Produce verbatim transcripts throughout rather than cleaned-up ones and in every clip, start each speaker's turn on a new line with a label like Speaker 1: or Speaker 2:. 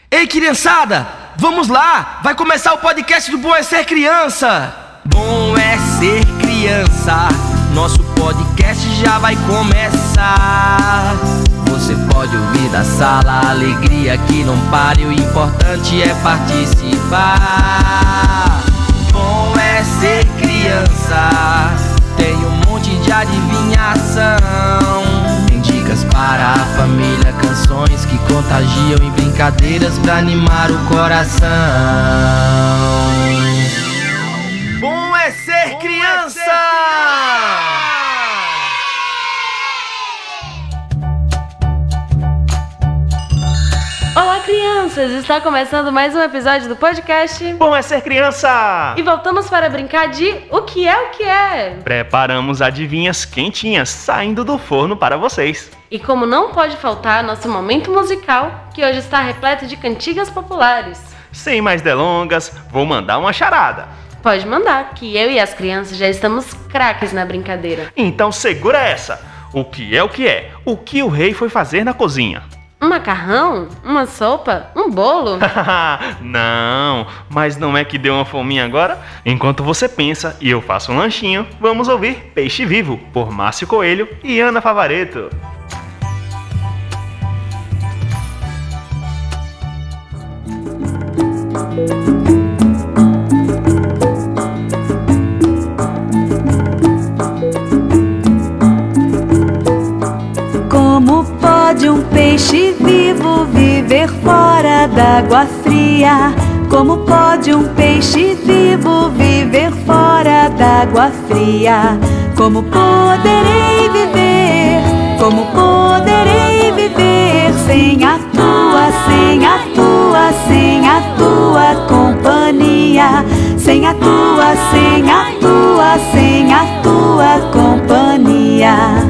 Speaker 1: Ei, criançada, vamos lá! Vai começar o podcast do Bom é Ser Criança! Bom é ser criança, nosso podcast já vai começar. Você pode ouvir da sala, a alegria que não pare, o importante é participar. Bom é ser criança, tem um monte de adivinhação. Tem dicas para a família, canções que contagiam e brincadeiras pra animar o coração. Bom é ser Bom criança! É ser
Speaker 2: Olá, crianças! Está começando mais um episódio do podcast
Speaker 3: Bom é Ser Criança!
Speaker 2: E voltamos para brincar de O que é o que é?
Speaker 3: Preparamos adivinhas quentinhas saindo do forno para vocês.
Speaker 2: E como não pode faltar, nosso momento musical, que hoje está repleto de cantigas populares.
Speaker 3: Sem mais delongas, vou mandar uma charada.
Speaker 2: Pode mandar, que eu e as crianças já estamos craques na brincadeira.
Speaker 3: Então segura essa! O que é o que é? O que o rei foi fazer na cozinha?
Speaker 2: Um macarrão? Uma sopa? Um bolo?
Speaker 3: Não, mas não é que deu uma fominha agora? Enquanto você pensa e eu faço um lanchinho, vamos ouvir Peixe Vivo, por Márcio Coelho e Ana Favaretto.
Speaker 4: Como pode um peixe vivo viver fora d'água fria? Como pode um peixe vivo viver fora d'água fria? Como poderei viver? Como poderei viver sem a tua, sem a tua, sem a tua companhia? Sem a tua, sem a tua, sem a tua companhia.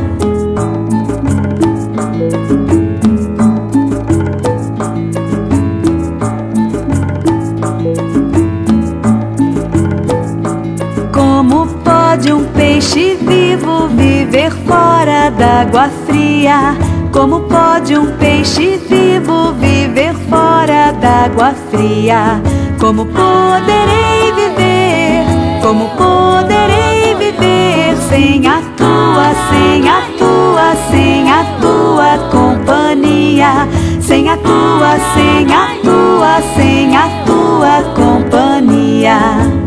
Speaker 4: Como pode um peixe vivo viver fora d'água fria? Como pode um peixe vivo viver fora d'água fria? Como poderei viver? Como poderei viver sem a tua, sem a tua, sem a tua companhia? Sem a tua, sem a tua, sem a tua companhia.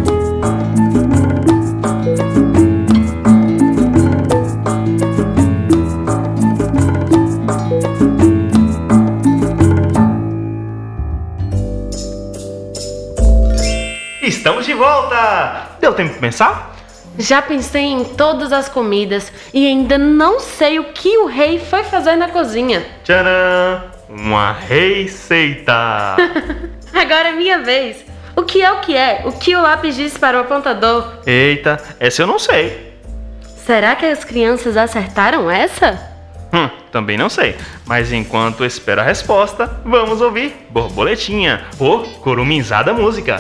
Speaker 3: Estamos de volta! Deu tempo de pensar?
Speaker 2: Já pensei em todas as comidas e ainda não sei o que o rei foi fazer na cozinha.
Speaker 3: Tcharam! Uma receita!
Speaker 2: Agora é minha vez. O que é o que é? O que o lápis diz para o apontador?
Speaker 3: Eita, essa eu não sei.
Speaker 2: Será que as crianças acertaram essa?
Speaker 3: Hum, também não sei. Mas enquanto espero a resposta, vamos ouvir Borboletinha, por Curumizada Música.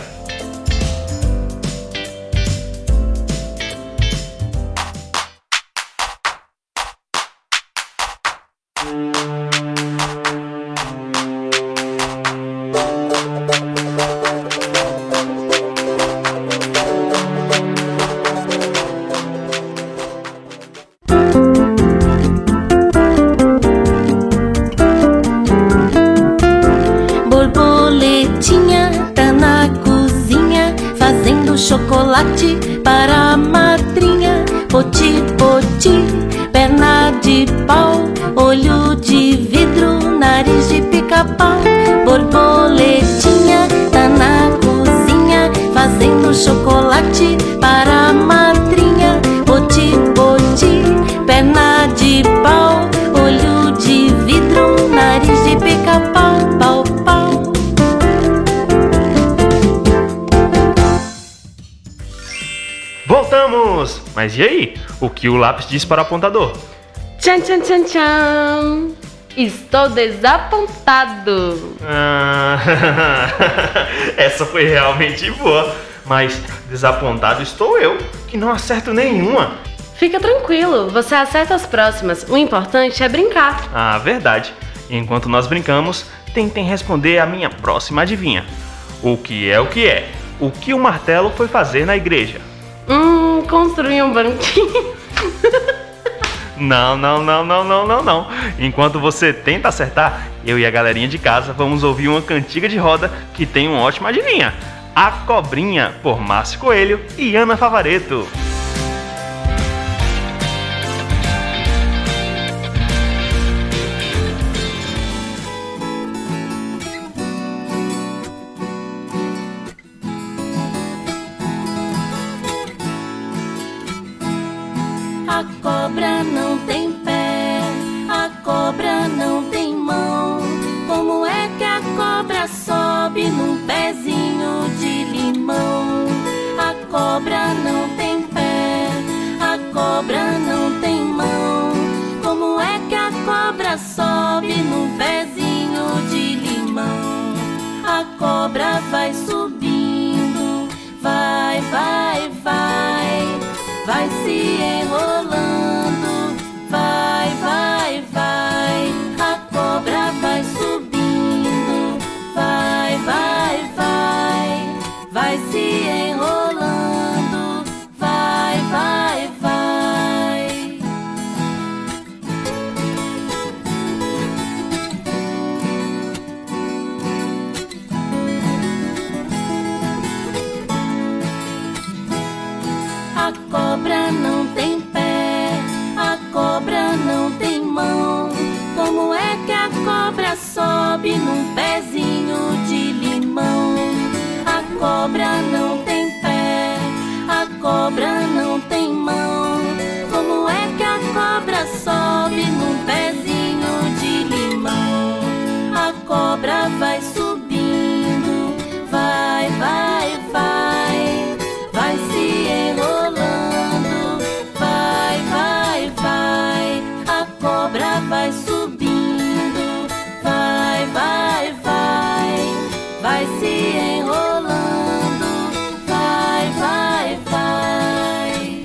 Speaker 5: Chocolate para a madrinha, poti, poti, perna de pau, olho de vidro, nariz de pica-pau. Borboletinha tá na cozinha, fazendo chocolate para a madrinha, poti, poti, perna de pau, olho de vidro, nariz de pica-pau, pau, pau.
Speaker 3: Voltamos! Mas e aí? O que o lápis diz para o apontador?
Speaker 2: Tchan, tchan, tchan, tchan! Estou desapontado!
Speaker 3: Ah, essa foi realmente boa. Mas desapontado estou eu, que não acerto nenhuma.
Speaker 2: Fica tranquilo, você acerta as próximas. O importante é brincar.
Speaker 3: Ah, verdade. Enquanto nós brincamos, tentem responder a minha próxima adivinha. O que é o que é? O que o martelo foi fazer na igreja?
Speaker 2: Hum, construir um banquinho.
Speaker 3: Não, não, não, não, não, não, não. Enquanto você tenta acertar, eu e a galerinha de casa vamos ouvir uma cantiga de roda que tem uma ótima adivinha. A Cobrinha, por Márcio Coelho e Ana Favaretto.
Speaker 5: A cobra não tem pé, a cobra não tem mão. Como é que a cobra sobe num pezinho de limão? A cobra não tem pé, a cobra não tem mão. Como é que a cobra sobe num pezinho de limão? A cobra vai subindo, vai, vai, vai, vai se enrolando, vai, vai, vai. A cobra vai subindo, vai, vai, vai, vai se enrolando, vai, vai, vai. A cobra não tem pé, a cobra não tem mão. Como é que a cobra sobe num pezinho de limão? A cobra não tem pé, a cobra não tem mão. Como é que a cobra sobe num pezinho de limão? A cobra vai subindo, vai, vai, vai, vai se enrolando, vai, vai, vai. A cobra vai subindo, vai, vai, vai, vai se enrolando, vai, vai, vai.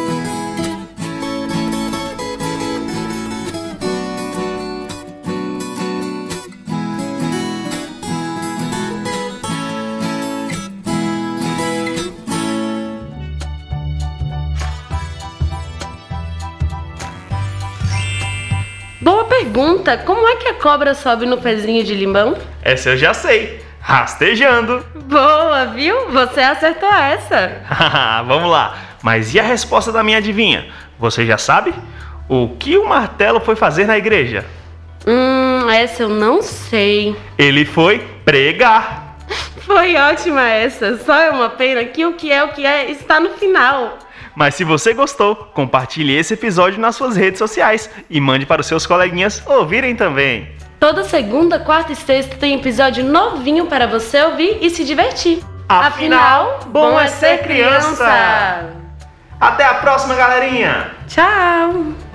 Speaker 2: Boa pergunta. Como é que a cobra sobe no pezinho de limão?
Speaker 3: Essa eu já sei. Rastejando.
Speaker 2: Boa, viu? Você acertou essa.
Speaker 3: Vamos lá. Mas e a resposta da minha adivinha? Você já sabe? O que o martelo foi fazer na igreja?
Speaker 2: Hum, essa eu não sei.
Speaker 3: Ele foi pregar.
Speaker 2: Foi ótima essa. Só é uma pena que o que é o que é está no final.
Speaker 3: Mas se você gostou, compartilhe esse episódio nas suas redes sociais e mande para os seus coleguinhas ouvirem também.
Speaker 2: Toda segunda, quarta e sexta tem episódio novinho para você ouvir e se divertir.
Speaker 3: Afinal, bom é ser criança. Até a próxima, galerinha!
Speaker 2: Tchau!